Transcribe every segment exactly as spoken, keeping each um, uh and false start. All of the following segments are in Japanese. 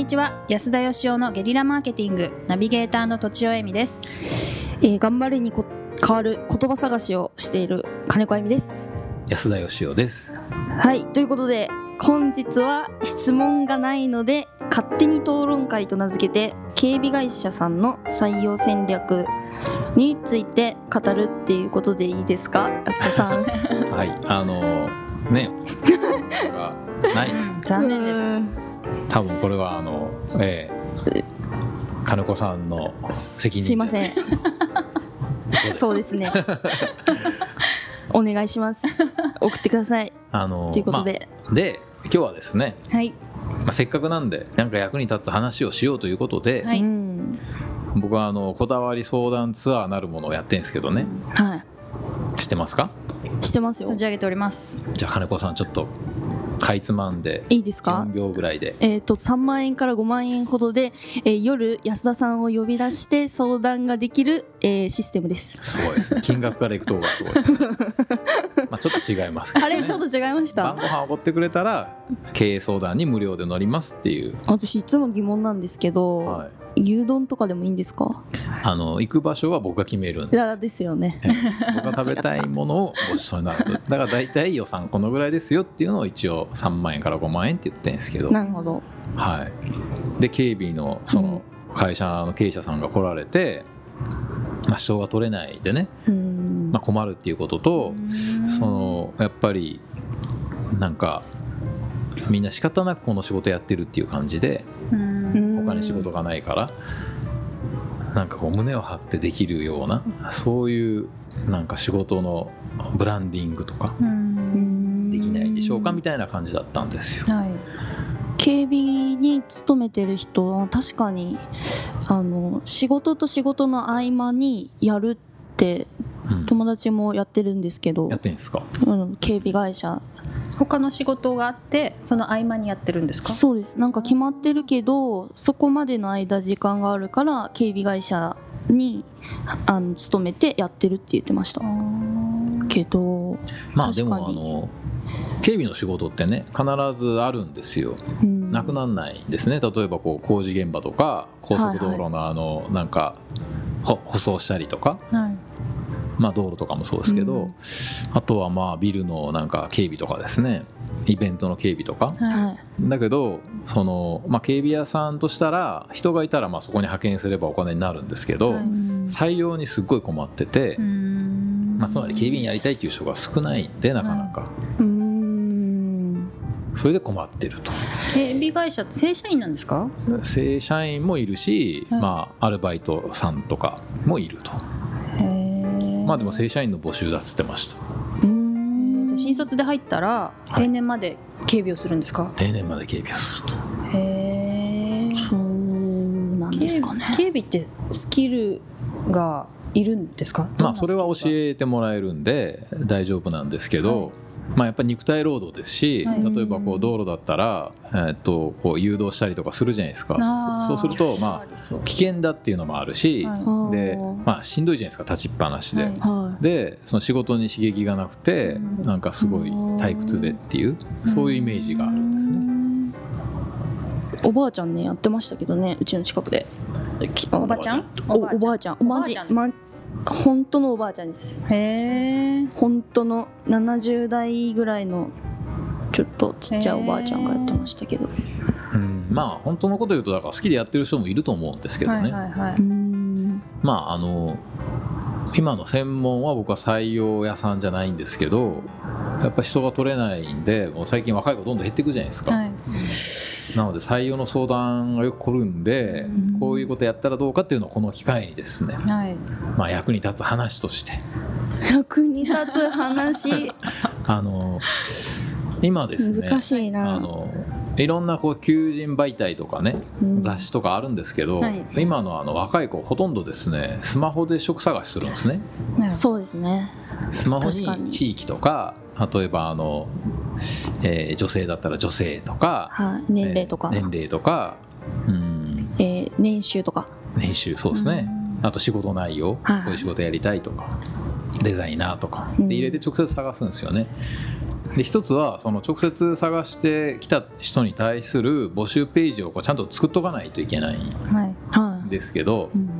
にちは。安田義雄のゲリラマーケティングナビゲーターのとちおえみです。 えー、頑張れにこ変わる言葉探しをしている金子あゆみです。 安田義雄です。 はい、ということで本日は質問がないので勝手に討論会と名付けて警備会社さんの採用戦略について語るっていうことでいいですか、安田さん。 はい、あのー、ねがない、うん、 残念です。 多分これはあの、えー、金子さんの責任。 すいません。そうですね。お願いします。送ってください。 あのー、 ということで、 まあ、で今日はですね、 はい、 まあ、せっかくなんでなんか役に立つ話をしようということで、 はい、 僕はあのこだわり相談ツアーなるものをやってるんですけどね、 はい、 知ってますか？ 知ってますよ。 立ち上げております。 じゃあ金子さんちょっとかいつまんでいいですか？ よんびょうぐらいで。 えー、とさんまんえんからごまんえんほどで、えー、夜安田さんを呼び出して相談ができる、えー、システムです。 すごいですね。金額からいくとすごいです、ね。まあちょっと違いますけどね。 あれちょっと違いました。 晩ご飯をおごってくれたら経営相談に無料で乗りますっていう。 私いつも疑問なんですけど、はい、牛丼とかでもいいんですか？ あの行く場所は僕が決めるんです。いやですよね。 僕が食べたいものをご馳走になると。だから大体予算このぐらいですよっていうのを一応さんまんえんからごまんえんって言ってるんですけど。 なるほど。 はい。で警備のその会社の経営者さんが来られて、まあ、人が取れないでね、うんまあ、困るっていうことと、そのやっぱりなんかみんな仕方なくこの仕事やってるっていう感じで、他に仕事がないからなんかこう胸を張ってできるようなそういうなんか仕事のブランディングとかできないでしょうかみたいな感じだったんですよ。 はい、 警備に勤めてる人は確かにあの仕事と仕事の合間にやるって友達もやってるんですけど、 うん、やってんですか？ うん、警備会社他の仕事があってその合間にやってるんですか？ そうです。なんか決まってるけどそこまでの間時間があるから警備会社にあの勤めてやってるって言ってましたけど、 まあでもあの警備の仕事ってね必ずあるんですよ、うん、なくならないんですね。例えばこう工事現場とか高速道路のあのなんか舗装したりとか、はい、まあ道路とかもそうですけど、うん、あとはまあビルのなんか警備とかですね、イベントの警備とか、はい、だけどその、まあ、警備屋さんとしたら人がいたらまあそこに派遣すればお金になるんですけど、はい、採用にすっごい困ってて、まあ、つまり警備員やりたいっていう人が少ないんでなかなか、はい、うーんそれで困ってると。 警備会社って正社員なんですか？ 正社員もいるし、はい、まあ、アルバイトさんとかもいると。へまあでも正社員の募集だっつってました。 うーんじゃあ新卒で入ったら定年まで警備をするんですか？はい、 定年まで警備をすると。 へえ。 そうなんですかね。 警備ってスキルがいるんですか？ まあそれは教えてもらえるんで大丈夫なんですけど、はい、まあ、やっぱり肉体労働ですし、はい、例えばこう道路だったら、えー、っとこう誘導したりとかするじゃないですか。そ, そうするとまあ危険だっていうのもあるし、はい、でまあ、しんどいじゃないですか立ちっぱなしで、はい、でその仕事に刺激がなくてなんかすごい退屈でっていうそういうイメージがあるんですね。 おばあちゃんねやってましたけどね、うちの近くで。 おばちゃん？ おばあちゃん、おまじま本当のおばあちゃんです。 へー。 本当のななじゅう代ぐらいのちょっとちっちゃいおばあちゃんがやってましたけど、 うん、まあ本当のこと言うとだから好きでやってる人もいると思うんですけどね、はいはいはい、うーんまああの今の専門は僕は採用屋さんじゃないんですけど、やっぱ人が取れないんでもう最近若い子どんどん減っていくじゃないですか、はい、なので採用の相談がよく来るんで、うん、こういうことやったらどうかっていうのをこの機会にですね、はい、まあ、役に立つ話として役に立つ話あの今ですね難しいな。 あのいろんなこう求人媒体とかね、うん、雑誌とかあるんですけど、はい、今 の, あの若い子ほとんどですねスマホで職探しするんですね。 そうですね。 スマホに地域とか例えばあの、えー、女性だったら女性とか、はい、年齢とか、 えー、年齢とか、うん、 えー、年収とか年収そうですね、 あと仕事内容、 はい、 こういう仕事やりたいとかデザイナーとかで入れて直接探すんですよね。で一つはその直接探してきた人に対する募集ページをこうちゃんと作っとかないといけないんですけど、はい、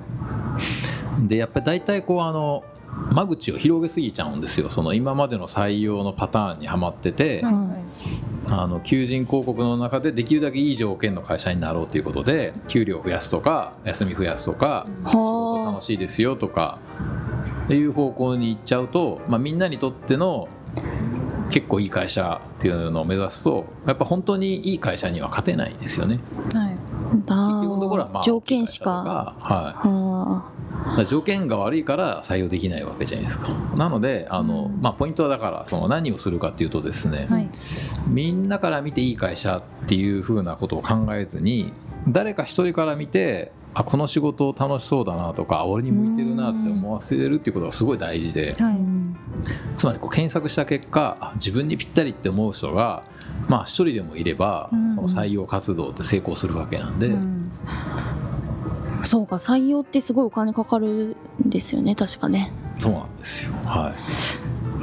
でやっぱり大体こうあの間口を広げすぎちゃうんですよ。その今までの採用のパターンにはまってて、はい、あの求人広告の中でできるだけいい条件の会社になろうということで給料を増やすとか休み増やすとか仕事楽しいですよとかっていう方向に行っちゃうと、まあ、みんなにとっての結構いい会社っていうのを目指すとやっぱ本当にいい会社には勝てないですよね、はい、結局のところはまあ条件しか、 はい、だ条件が悪いから採用できないわけじゃないですか。なのであの、まあ、ポイントはだからその何をするかっていうとですね、はい、みんなから見ていい会社っていうふうなことを考えずに誰か一人から見てあこの仕事楽しそうだなとか俺に向いてるなって思わせるっていうことがすごい大事で、はい、つまりこう検索した結果あ自分にぴったりって思う人がまあ一人でもいればその採用活動って成功するわけなんで、うん、 そうか採用ってすごいお金かかるんですよね。確かね。 そうなんですよ、はい、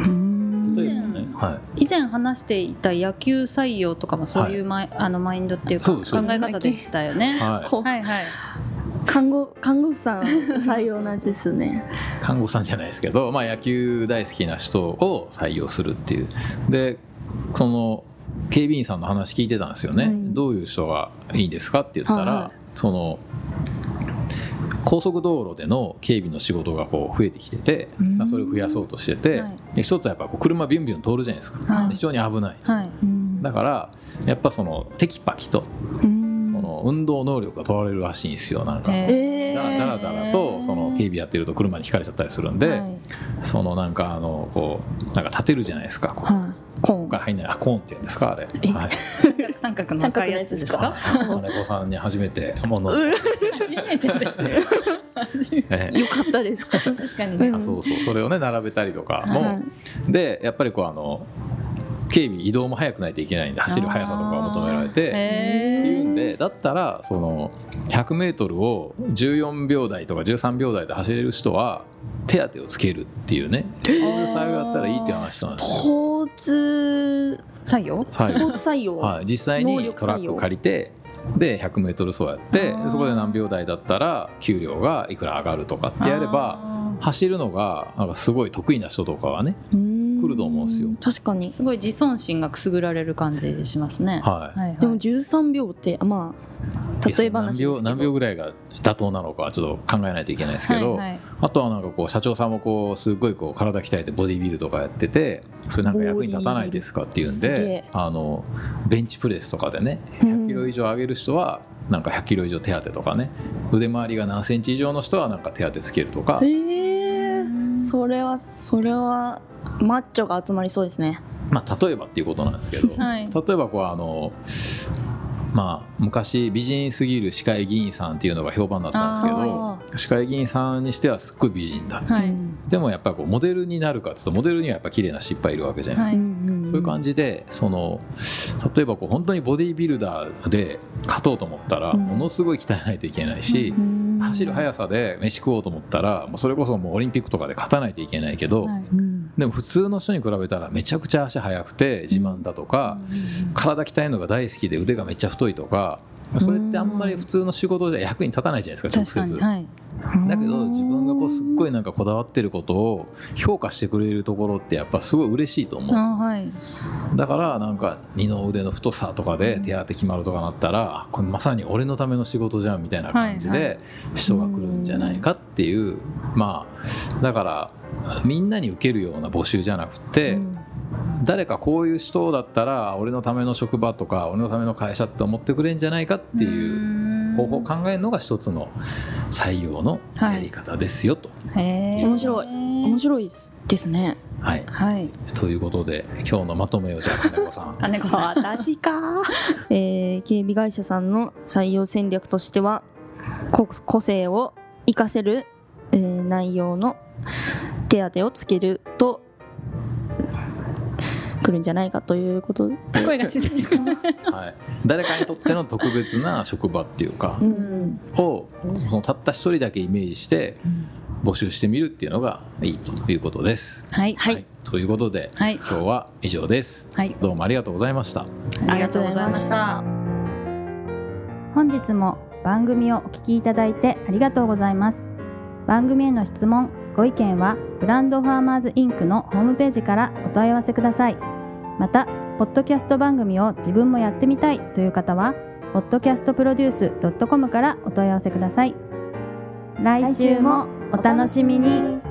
うん以前、ねはい、以前話していた野球採用とかもそういうマイ、はい、あのマインドっていうか考え方でしたよね、はい、はいはい看護、看護婦さん採用なんですね看護婦さんじゃないですけど、まあ、野球大好きな人を採用するっていうでその警備員さんの話聞いてたんですよね、うん、どういう人がいいんですかって言ったら、はい、その高速道路での警備の仕事がこう増えてきてて、まあ、それを増やそうとしてて、はい、で一つはやっぱこう車ビュンビュン通るじゃないですか、はい、非常に危ない、はい、だからやっぱそのテキパキと運動能力が問われるらしいんですよ。なんかだらだらとその警備やってると車にひかれちゃったりするんで、はい、そのなんかあのこうなんか立てるじゃないですかこう、はい、コーンが入んないあコーンっていうんですかあれ、はい、 三角三角の赤いやつですか金子さんに初めてもの初めてだよねよかったですか確かにね、 あそうそうそれをね並べたりとかも、はい、でやっぱりこうあの警備移動も速くないといけないんで走る速さとかが求められてっていうんでだったらそのひゃくメートルをじゅうよんびょうだいとかじゅうさんびょうだいで走れる人は手当をつけるっていうねそういう採用やったらいいっていう話なんですよ。 スポーツ採用スポーツ採用、 はい、実際にトラック借りてでひゃくメートル走やってそこで何秒台だったら給料がいくら上がるとかってやれば走るのがなんかすごい得意な人とかはね来ると思うんですよ。 確かにすごい自尊心がくすぐられる感じしますね、 はいはいはい、 でもじゅうさんびょうってまあ例えば何秒何秒ぐらいが妥当なのかはちょっと考えないといけないですけど、はいはい、あとはなんかこう社長さんもこうすごいこう体鍛えてボディビルとかやっててそれなんか役に立たないですかっていうんであのベンチプレスとかでねひゃくキロ以上上げる人はなんかひゃくキロ以上手当とかね腕回りが何センチ以上の人はなんか手当つけるとか、 えー、それはそれはマッチョが集まりそうですね。 まあ例えばっていうことなんですけど、はい、例えばこうあのまあ昔美人すぎる市会議員さんっていうのが評判だったんですけど市会議員さんにしてはすっごい美人だって、はい、でもやっぱりこうモデルになるかっていうとモデルにはやっぱ綺麗な人いっぱいいるわけじゃないですか、はい、そういう感じでその例えばこう本当にボディービルダーで勝とうと思ったらものすごい鍛えないといけないし、うん、走る速さで飯食おうと思ったらそれこそもうオリンピックとかで勝たないといけないけど、はい、でも普通の人に比べたらめちゃくちゃ足速くて自慢だとか、うん、体鍛えるのが大好きで腕がめっちゃ太いとかそれってあんまり普通の仕事じゃ役に立たないじゃないですか直接、はい、だけど自分がこうすっごいなんかこだわってることを評価してくれるところってやっぱすごい嬉しいと思うんですよ、はい、だからなんか二の腕の太さとかで手当決まるとかなったらこれまさに俺のための仕事じゃんみたいな感じで人が来るんじゃないかっていう、まあだからみんなに受けるような募集じゃなくて、うん誰かこういう人だったら俺のための職場とか俺のための会社って思ってくれんじゃないかっていう方法を考えるのが一つの採用のやり方ですよと、 はい、へー面白い面白いですね。 はい、はい、ということで今日のまとめをじゃあ金子さん金子さん私か、えー、警備会社さんの採用戦略としては個性を生かせる、えー、内容の手当をつけると来るんじゃないかということで声が小さいですか、 はい、誰かにとっての特別な職場っていうか、うん、をそのたった一人だけイメージして募集してみるっていうのがいいということです。 はい、 はい、ということで、はい、今日は以上です、はい、どうもありがとうございました。 ありがとうございました。 本日も番組をお聞きいただいてありがとうございます。番組への質問ご意見はブランドファーマーズインクのホームページからお問い合わせください。またポッドキャスト番組を自分もやってみたいという方はポッドキャストプロデュース .com からお問い合わせください。来週もお楽しみに。